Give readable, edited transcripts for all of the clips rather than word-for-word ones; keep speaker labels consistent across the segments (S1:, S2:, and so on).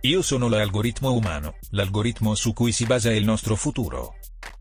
S1: Io sono l'algoritmo umano, l'algoritmo su cui si basa il nostro futuro.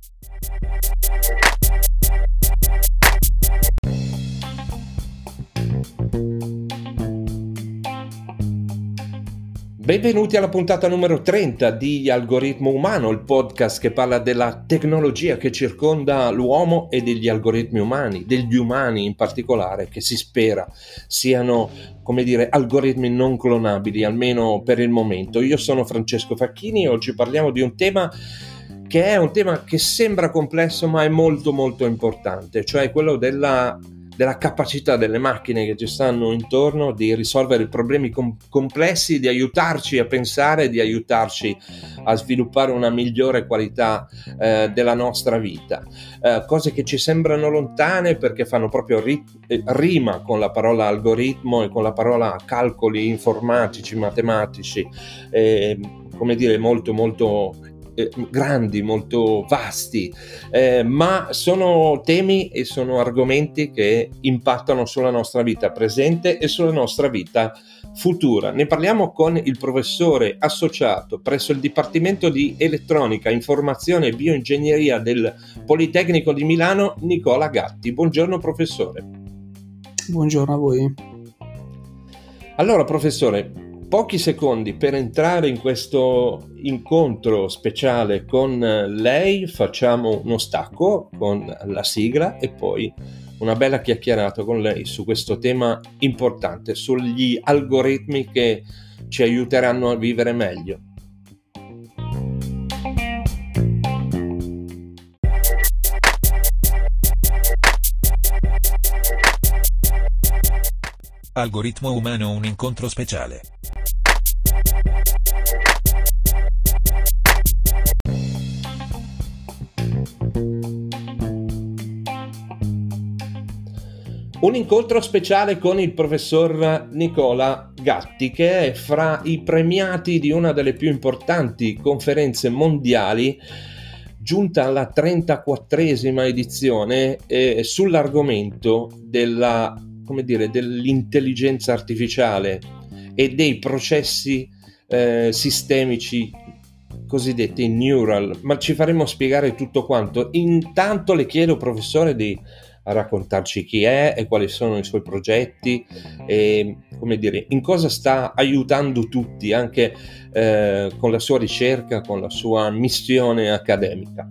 S2: Benvenuti alla puntata numero 30 di Algoritmo Umano, il podcast che parla della tecnologia che circonda l'uomo e degli algoritmi umani, degli umani in particolare, che si spera siano, algoritmi non clonabili, almeno per il momento. Io sono Francesco Facchini e oggi parliamo di un tema che sembra complesso ma è molto molto importante, cioè quello della capacità delle macchine che ci stanno intorno di risolvere problemi complessi, di aiutarci a pensare, di aiutarci a sviluppare una migliore qualità della nostra vita. Cose che ci sembrano lontane perché fanno proprio rima con la parola algoritmo e con la parola calcoli informatici, matematici, molto molto grandi, molto vasti, ma sono temi e sono argomenti che impattano sulla nostra vita presente e sulla nostra vita futura. Ne parliamo con il professore associato presso il Dipartimento di Elettronica, Informazione e Bioingegneria del Politecnico di Milano, Nicola Gatti. Buongiorno professore.
S3: Buongiorno a voi.
S2: Allora professore, pochi secondi per entrare in questo incontro speciale con lei, facciamo uno stacco con la sigla e poi una bella chiacchierata con lei su questo tema importante, sugli algoritmi che ci aiuteranno a vivere meglio.
S1: Algoritmo umano, un incontro speciale.
S2: Un incontro speciale con il professor Nicola Gatti, che è fra i premiati di una delle più importanti conferenze mondiali, giunta alla 34esima edizione, sull'argomento dell'intelligenza artificiale e dei processi sistemici cosiddetti neural. Ma ci faremo spiegare tutto quanto. Intanto le chiedo, professore, di raccontarci chi è e quali sono i suoi progetti e in cosa sta aiutando tutti, anche con la sua ricerca, con la sua missione accademica.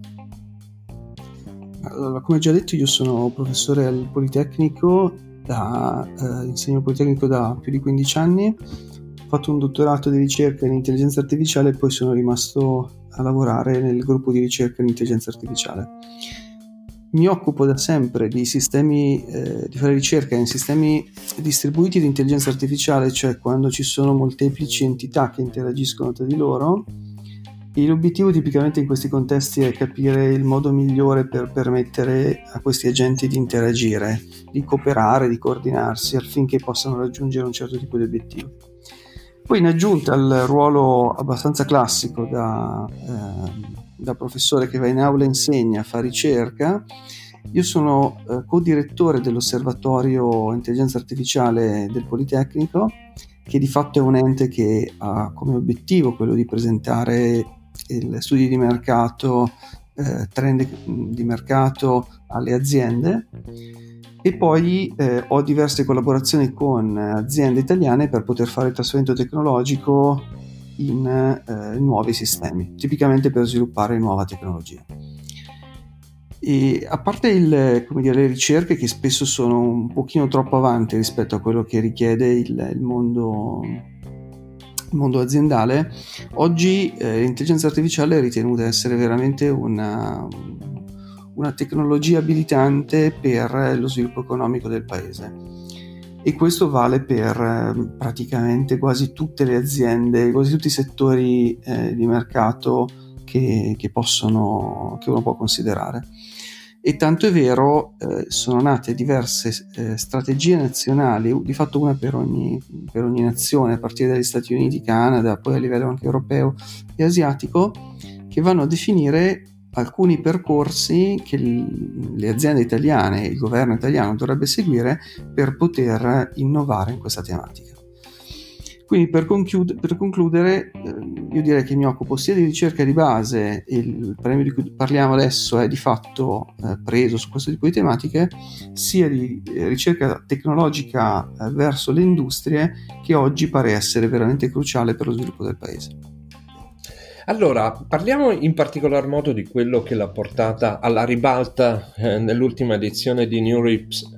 S3: Allora, come già detto, io sono professore al Politecnico, insegno al Politecnico da più di 15 anni, ho fatto un dottorato di ricerca in intelligenza artificiale e poi sono rimasto a lavorare nel gruppo di ricerca in intelligenza artificiale. Mi occupo da sempre di sistemi, di fare ricerca in sistemi distribuiti di intelligenza artificiale, cioè quando ci sono molteplici entità che interagiscono tra di loro, e l'obiettivo tipicamente in questi contesti è capire il modo migliore per permettere a questi agenti di interagire, di cooperare, di coordinarsi affinché possano raggiungere un certo tipo di obiettivo. Poi, in aggiunta al ruolo abbastanza classico da professore che va in aula e insegna, fa ricerca, io sono co-direttore dell'Osservatorio Intelligenza Artificiale del Politecnico, che di fatto è un ente che ha come obiettivo quello di presentare studi di mercato, trend di mercato alle aziende, e poi ho diverse collaborazioni con aziende italiane per poter fare il trasferimento tecnologico in nuovi sistemi, tipicamente per sviluppare nuova tecnologia. E a parte le ricerche che spesso sono un pochino troppo avanti rispetto a quello che richiede il mondo aziendale, oggi l'intelligenza artificiale è ritenuta essere veramente una tecnologia abilitante per lo sviluppo economico del paese, e questo vale per praticamente quasi tutte le aziende, quasi tutti i settori di mercato che uno può considerare. E tanto è vero, sono nate diverse strategie nazionali, di fatto una per ogni nazione, a partire dagli Stati Uniti, Canada, poi a livello anche europeo e asiatico, che vanno a definire alcuni percorsi che le aziende italiane e il governo italiano dovrebbe seguire per poter innovare in questa tematica. Quindi per concludere, io direi che mi occupo sia di ricerca di base, il premio di cui parliamo adesso è di fatto preso su questo tipo di tematiche, sia di ricerca tecnologica verso le industrie, che oggi pare essere veramente cruciale per lo sviluppo del paese.
S2: Allora, parliamo in particolar modo di quello che l'ha portata alla ribalta nell'ultima edizione di New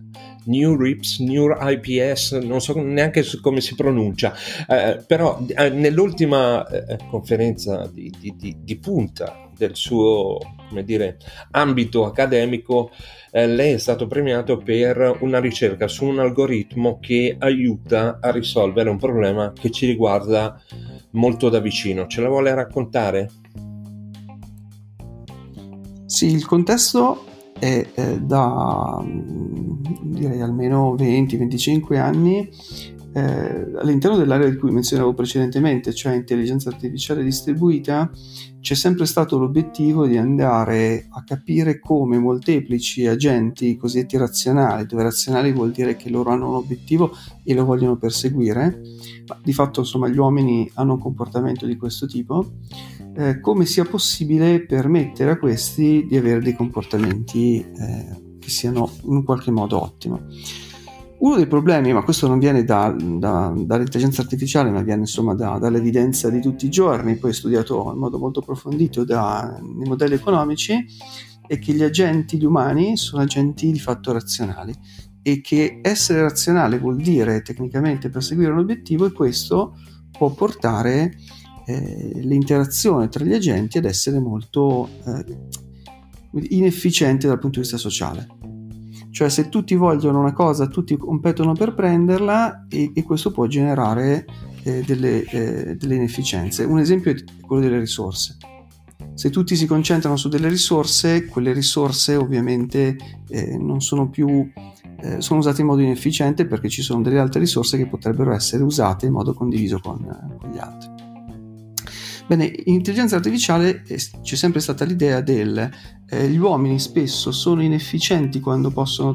S2: IPS, non so neanche come si pronuncia, però nell'ultima conferenza di punta del suo, come dire, ambito accademico, lei è stato premiato per una ricerca su un algoritmo che aiuta a risolvere un problema che ci riguarda molto da vicino. Ce la vuole raccontare?
S3: Sì, il contesto è da direi almeno 20-25 anni all'interno dell'area di cui menzionavo precedentemente, cioè intelligenza artificiale distribuita. C'è sempre stato l'obiettivo di andare a capire come molteplici agenti cosiddetti razionali, dove razionali vuol dire che loro hanno un obiettivo e lo vogliono perseguire, ma di fatto insomma gli uomini hanno un comportamento di questo tipo, come sia possibile permettere a questi di avere dei comportamenti che siano in qualche modo ottimi. Uno dei problemi, ma questo non viene dall'intelligenza artificiale, ma viene insomma dall'evidenza di tutti i giorni, poi studiato in modo molto approfondito nei modelli economici, è che gli umani sono agenti di fatto razionali, e che essere razionale vuol dire tecnicamente perseguire un obiettivo, e questo può portare l'interazione tra gli agenti ad essere molto inefficiente dal punto di vista sociale. Cioè, se tutti vogliono una cosa, tutti competono per prenderla, e questo può generare delle inefficienze. Un esempio è quello delle risorse. Se tutti si concentrano su delle risorse, quelle risorse ovviamente non sono più sono usate in modo inefficiente, perché ci sono delle altre risorse che potrebbero essere usate in modo condiviso con gli altri. Bene, in intelligenza artificiale c'è sempre stata l'idea gli uomini spesso sono inefficienti quando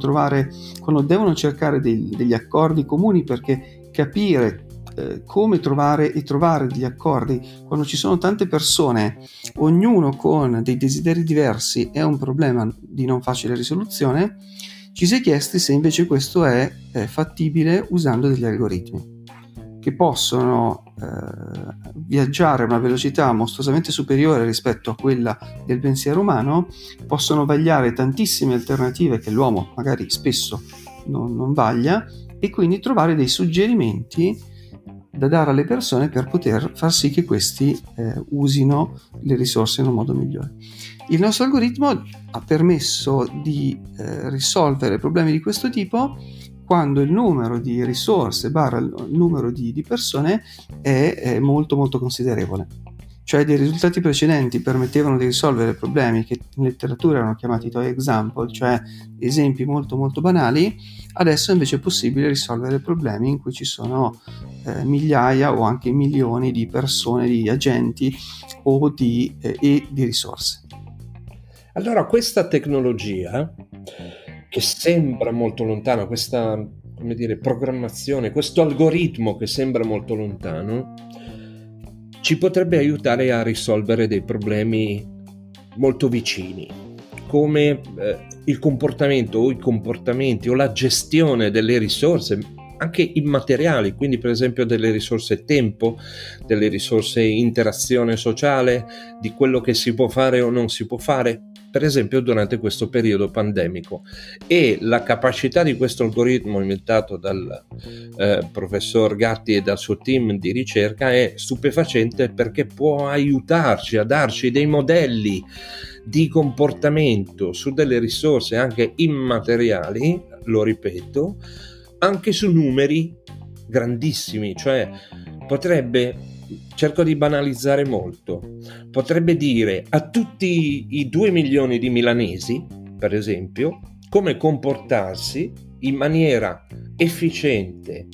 S3: devono cercare degli accordi comuni, perché capire come trovare degli accordi quando ci sono tante persone, ognuno con dei desideri diversi, è un problema di non facile risoluzione. Ci si è chiesti se invece questo è fattibile usando degli algoritmi che possono viaggiare a una velocità mostruosamente superiore rispetto a quella del pensiero umano, possono vagliare tantissime alternative che l'uomo magari spesso non vaglia, e quindi trovare dei suggerimenti da dare alle persone per poter far sì che questi usino le risorse in un modo migliore. Il nostro algoritmo ha permesso di risolvere problemi di questo tipo quando il numero di risorse barra il numero di persone è molto molto considerevole. Cioè, dei risultati precedenti permettevano di risolvere problemi che in letteratura erano chiamati toy example, cioè esempi molto molto banali. Adesso invece è possibile risolvere problemi in cui ci sono migliaia o anche milioni di persone, di agenti o di risorse.
S2: Allora, questa tecnologia che sembra molto lontana, questa, come dire, programmazione, questo algoritmo che sembra molto lontano, ci potrebbe aiutare a risolvere dei problemi molto vicini, come il comportamento o i comportamenti o la gestione delle risorse, anche immateriali, quindi per esempio delle risorse tempo, delle risorse interazione sociale, di quello che si può fare o non si può fare, per esempio durante questo periodo pandemico. E la capacità di questo algoritmo inventato dal professor Gatti e dal suo team di ricerca è stupefacente, perché può aiutarci a darci dei modelli di comportamento su delle risorse anche immateriali, lo ripeto, anche su numeri grandissimi. Cioè potrebbe, cerco di banalizzare molto, potrebbe dire a tutti i 2 milioni di milanesi, per esempio, come comportarsi in maniera efficiente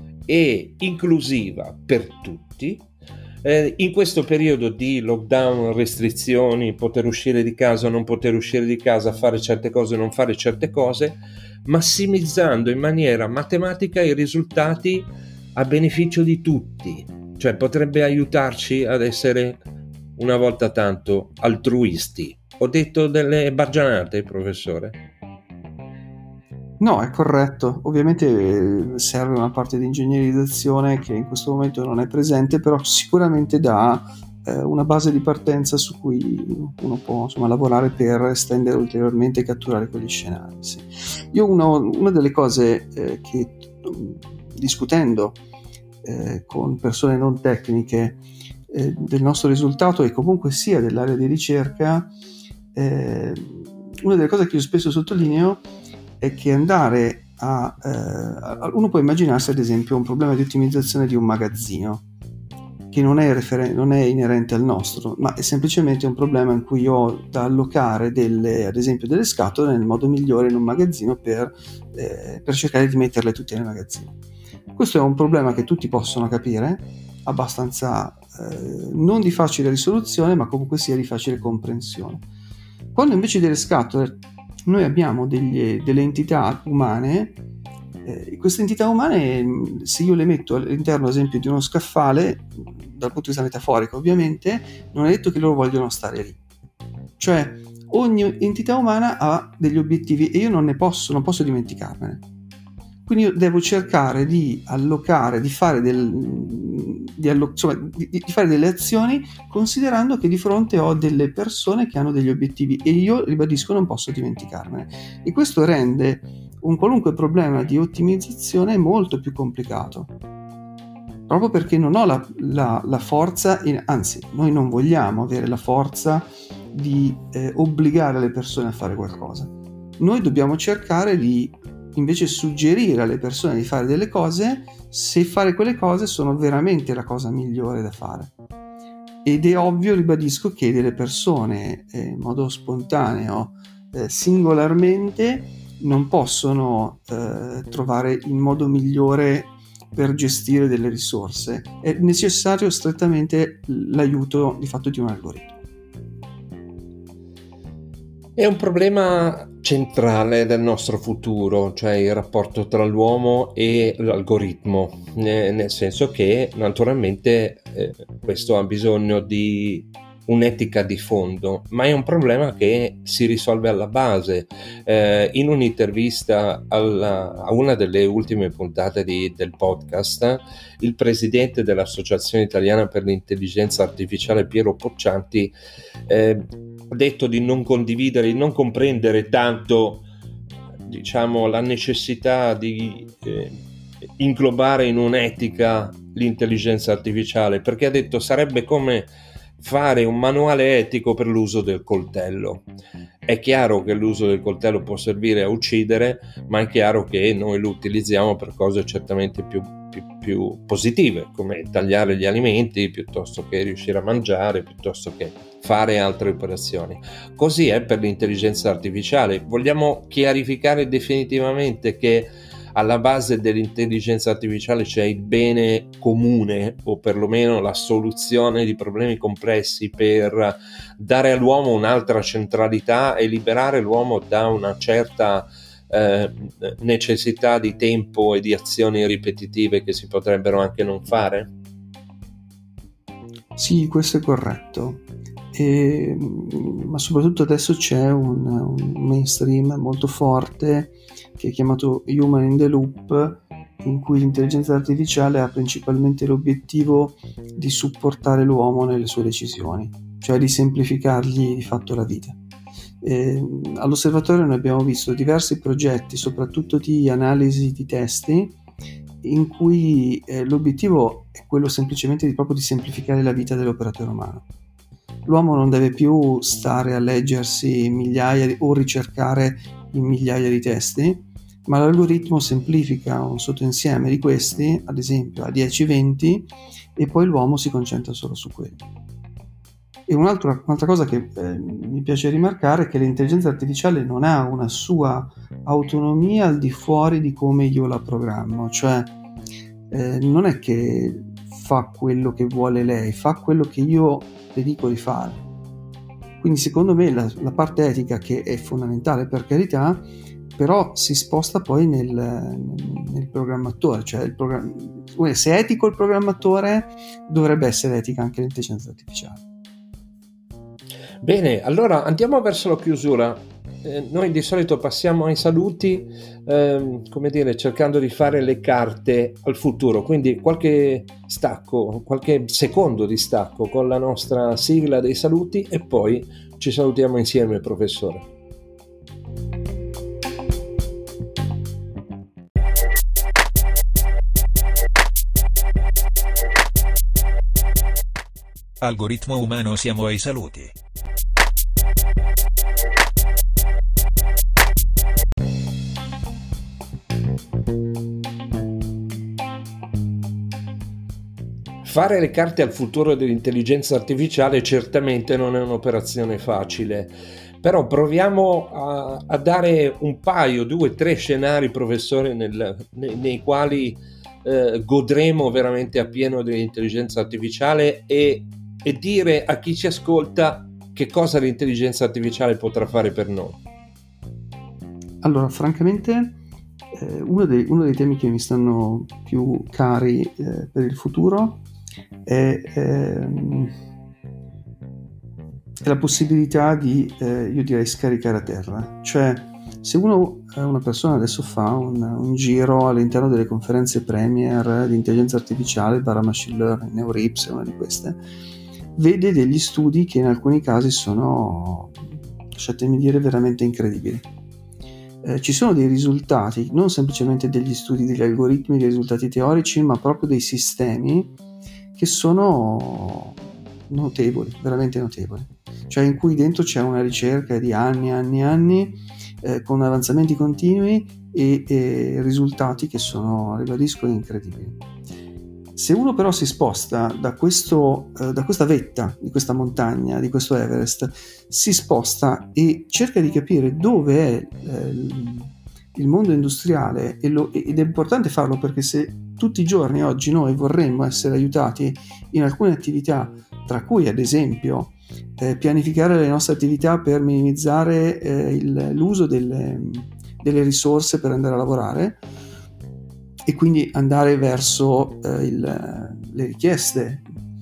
S2: e inclusiva per tutti in questo periodo di lockdown, restrizioni, poter uscire di casa o non poter uscire di casa, fare certe cose o non fare certe cose, massimizzando in maniera matematica i risultati a beneficio di tutti, cioè potrebbe aiutarci ad essere una volta tanto altruisti. Ho detto delle baggianate, professore?
S3: No, è corretto. Ovviamente serve una parte di ingegnerizzazione che in questo momento non è presente, però sicuramente dà una base di partenza su cui uno può, insomma, lavorare per estendere ulteriormente e catturare quegli scenari. Sì. Io una delle cose che discutendo con persone non tecniche del nostro risultato e comunque sia dell'area di ricerca, una delle cose che io spesso sottolineo è che andare uno può immaginarsi ad esempio un problema di ottimizzazione di un magazzino che non è inerente al nostro, ma è semplicemente un problema in cui io ho da allocare ad esempio delle scatole nel modo migliore in un magazzino per cercare di metterle tutte nel magazzino. Questo è un problema che tutti possono capire, abbastanza non di facile risoluzione, ma comunque sia di facile comprensione. Quando invece delle scatole noi abbiamo delle entità umane, queste entità umane, se io le metto all'interno ad esempio di uno scaffale, dal punto di vista metaforico ovviamente, non è detto che loro vogliono stare lì. Cioè ogni entità umana ha degli obiettivi e io non posso dimenticarmene. Quindi io devo cercare di allocare, di fare delle azioni considerando che di fronte ho delle persone che hanno degli obiettivi e io, ribadisco, non posso dimenticarmene. E questo rende un qualunque problema di ottimizzazione molto più complicato, proprio perché non ho la forza, anzi noi non vogliamo avere la forza di obbligare le persone a fare qualcosa. Noi dobbiamo cercare di invece suggerire alle persone di fare delle cose se fare quelle cose sono veramente la cosa migliore da fare. Ed è ovvio, ribadisco, che delle persone in modo spontaneo, singolarmente, non possono trovare il modo migliore per gestire delle risorse. È necessario strettamente l'aiuto di fatto di un algoritmo.
S2: È un problema centrale del nostro futuro, cioè il rapporto tra l'uomo e l'algoritmo, nel senso che naturalmente questo ha bisogno di un'etica di fondo, ma è un problema che si risolve alla base. In un'intervista a una delle ultime puntate del podcast, il presidente dell'Associazione Italiana per l'Intelligenza Artificiale, Piero Porcianti, ha detto di non condividere, di non comprendere tanto, diciamo, la necessità di inglobare in un'etica l'intelligenza artificiale, perché ha detto sarebbe come fare un manuale etico per l'uso del coltello. È chiaro che l'uso del coltello può servire a uccidere, ma è chiaro che noi lo utilizziamo per cose certamente più positive, come tagliare gli alimenti piuttosto che riuscire a mangiare, piuttosto che fare altre operazioni. Così è per l'intelligenza artificiale. Vogliamo chiarificare definitivamente che alla base dell'intelligenza artificiale c'è il bene comune, o perlomeno la soluzione di problemi complessi per dare all'uomo un'altra centralità e liberare l'uomo da una certa necessità di tempo e di azioni ripetitive che si potrebbero anche non fare?
S3: Sì, questo è corretto. Ma soprattutto adesso c'è un mainstream molto forte che è chiamato Human in the Loop, in cui l'intelligenza artificiale ha principalmente l'obiettivo di supportare l'uomo nelle sue decisioni, cioè di semplificargli di fatto la vita. All'osservatorio noi abbiamo visto diversi progetti, soprattutto di analisi di testi, in cui l'obiettivo è quello semplicemente proprio di semplificare la vita dell'operatore umano. L'uomo non deve più stare a leggersi o ricercare in migliaia di testi, ma l'algoritmo semplifica un sottoinsieme di questi, ad esempio a 10-20, e poi l'uomo si concentra solo su quelli. E un'altra cosa che mi piace rimarcare è che l'intelligenza artificiale non ha una sua autonomia al di fuori di come io la programmo, cioè non è che fa quello che vuole lei, fa quello che io le dico di fare. Quindi secondo me la parte etica, che è fondamentale per carità, però si sposta poi nel programmatore, cioè se è etico il programmatore, dovrebbe essere etica anche l'intelligenza artificiale.
S2: Bene, allora andiamo verso la chiusura. Noi di solito passiamo ai saluti, come dire, cercando di fare le carte al futuro, quindi qualche stacco, qualche secondo di stacco con la nostra sigla dei saluti e poi ci salutiamo insieme, professore.
S1: Algoritmo umano, siamo ai saluti.
S2: Fare le carte al futuro dell'intelligenza artificiale certamente non è un'operazione facile, però proviamo a dare un paio, 2, 3 scenari, professore, nei quali godremo veramente appieno dell'intelligenza artificiale e dire a chi ci ascolta che cosa l'intelligenza artificiale potrà fare per noi.
S3: Allora, francamente, uno dei temi che mi stanno più cari per il futuro è la possibilità di, io direi, scaricare a terra. Cioè, se una persona adesso fa un giro all'interno delle conferenze premier di intelligenza artificiale / machine learning, NeurIPS è una di queste, vede degli studi che in alcuni casi sono, lasciatemi dire, veramente incredibili. Ci sono dei risultati, non semplicemente degli studi degli algoritmi, dei risultati teorici, ma proprio dei sistemi che sono notevoli, veramente notevoli. Cioè in cui dentro c'è una ricerca di anni, con avanzamenti continui e risultati che sono, ribadisco, incredibili. Se uno però si sposta da questa vetta, di questa montagna, di questo Everest, si sposta e cerca di capire dove è il mondo industriale, ed è importante farlo perché se tutti i giorni oggi noi vorremmo essere aiutati in alcune attività, tra cui ad esempio pianificare le nostre attività per minimizzare l'uso delle risorse per andare a lavorare, e quindi andare verso le richieste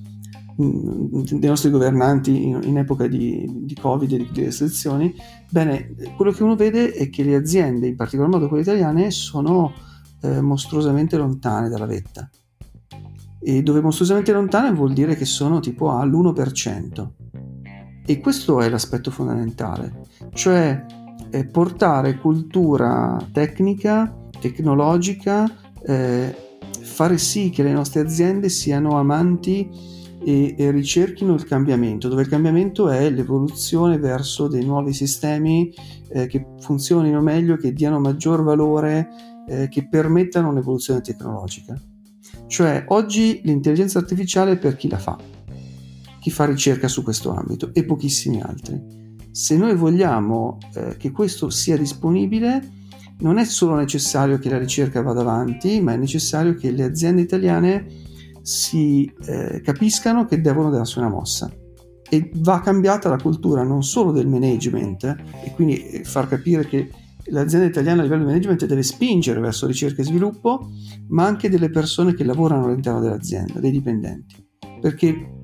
S3: dei nostri governanti in epoca di Covid e di restrizioni. Bene, quello che uno vede è che le aziende, in particolar modo quelle italiane, sono mostruosamente lontane dalla vetta. E dove mostruosamente lontane vuol dire che sono tipo all'1%. E questo è l'aspetto fondamentale, cioè portare cultura tecnica, tecnologica, fare sì che le nostre aziende siano amanti e ricerchino il cambiamento, dove il cambiamento è l'evoluzione verso dei nuovi sistemi che funzionino meglio, che diano maggior valore, che permettano un'evoluzione tecnologica. Cioè oggi l'intelligenza artificiale per chi la fa? Chi fa ricerca su questo ambito e pochissimi altri. Se noi vogliamo che questo sia disponibile, non è solo necessario che la ricerca vada avanti, ma è necessario che le aziende italiane si capiscano che devono darsi una mossa. E va cambiata la cultura non solo del management, e quindi far capire che l'azienda italiana a livello di management deve spingere verso ricerca e sviluppo, ma anche delle persone che lavorano all'interno dell'azienda, dei dipendenti. Perché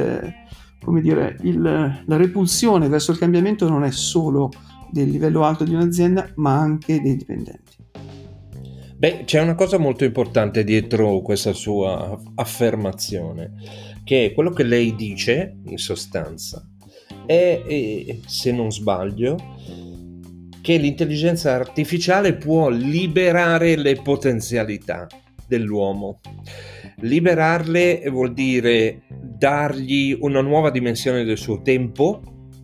S3: la repulsione verso il cambiamento non è solo del livello alto di un'azienda, ma anche dei dipendenti.
S2: Beh, c'è una cosa molto importante dietro questa sua affermazione, che è quello che lei dice, in sostanza, è, se non sbaglio, che l'intelligenza artificiale può liberare le potenzialità dell'uomo. Liberarle vuol dire dargli una nuova dimensione del suo tempo,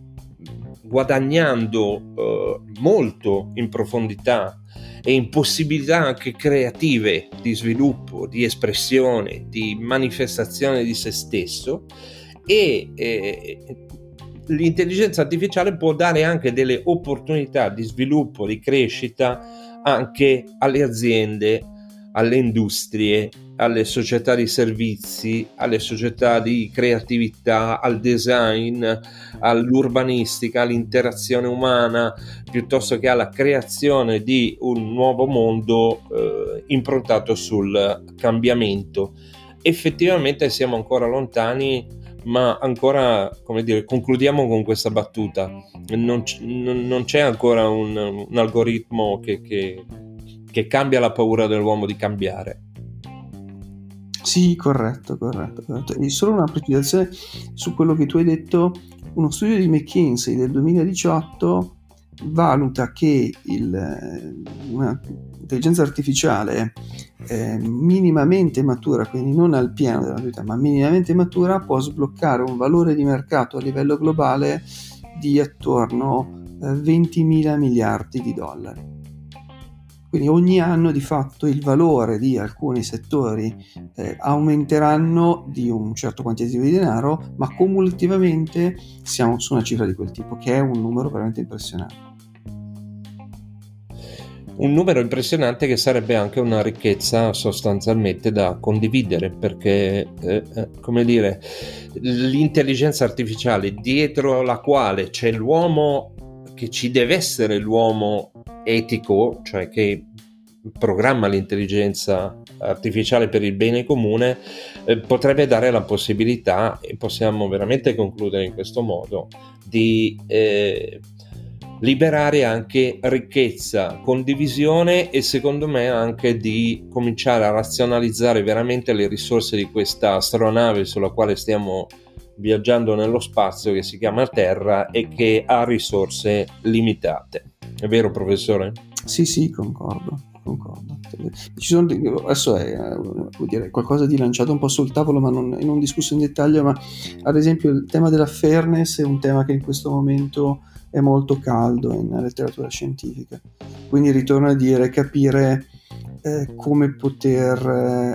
S2: guadagnando molto in profondità e in possibilità anche creative di sviluppo, di espressione, di manifestazione di se stesso, e l'intelligenza artificiale può dare anche delle opportunità di sviluppo, di crescita anche alle aziende, alle industrie, alle società di servizi, alle società di creatività, al design, all'urbanistica, all'interazione umana, piuttosto che alla creazione di un nuovo mondo improntato sul cambiamento. Effettivamente siamo ancora lontani, ma ancora, come dire, concludiamo con questa battuta: non c'è ancora un algoritmo che cambia la paura dell'uomo di cambiare.
S3: Sì, corretto. E solo una precisazione su quello che tu hai detto: uno studio di McKinsey del 2018 valuta che un'intelligenza artificiale minimamente matura, quindi non al pieno della maturità, ma minimamente matura, può sbloccare un valore di mercato a livello globale di attorno a 20.000 miliardi di dollari. Quindi ogni anno di fatto il valore di alcuni settori aumenteranno di un certo quantitativo di denaro, ma cumulativamente siamo su una cifra di quel tipo, che è un numero veramente impressionante.
S2: Un numero impressionante che sarebbe anche una ricchezza sostanzialmente da condividere, perché come dire, l'intelligenza artificiale dietro la quale c'è l'uomo, che ci deve essere l'uomo etico, cioè che programma l'intelligenza artificiale per il bene comune, potrebbe dare la possibilità, e possiamo veramente concludere in questo modo, di liberare anche ricchezza, condivisione, e secondo me anche di cominciare a razionalizzare veramente le risorse di questa astronave sulla quale stiamo viaggiando nello spazio, che si chiama Terra e che ha risorse limitate. È vero, professore?
S3: Sì, concordo. Ci sono, adesso è qualcosa di lanciato un po' sul tavolo, ma non discusso in dettaglio, ma ad esempio il tema della fairness è un tema che in questo momento è molto caldo in letteratura scientifica, quindi ritorno a dire capire come poter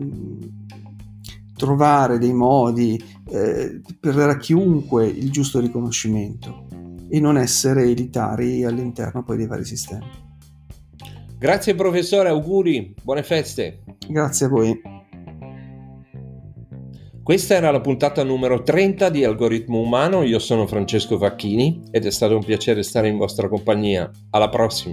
S3: trovare dei modi per dare a chiunque il giusto riconoscimento e non essere elitari all'interno poi dei vari sistemi.
S2: Grazie professore, auguri, buone feste.
S3: Grazie a voi.
S2: Questa era la puntata numero 30 di Algoritmo Umano. Io sono Francesco Facchini ed è stato un piacere stare in vostra compagnia. Alla prossima.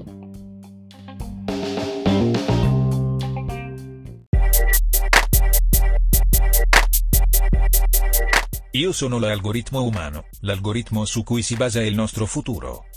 S1: Io sono l'Algoritmo Umano, l'algoritmo su cui si basa il nostro futuro.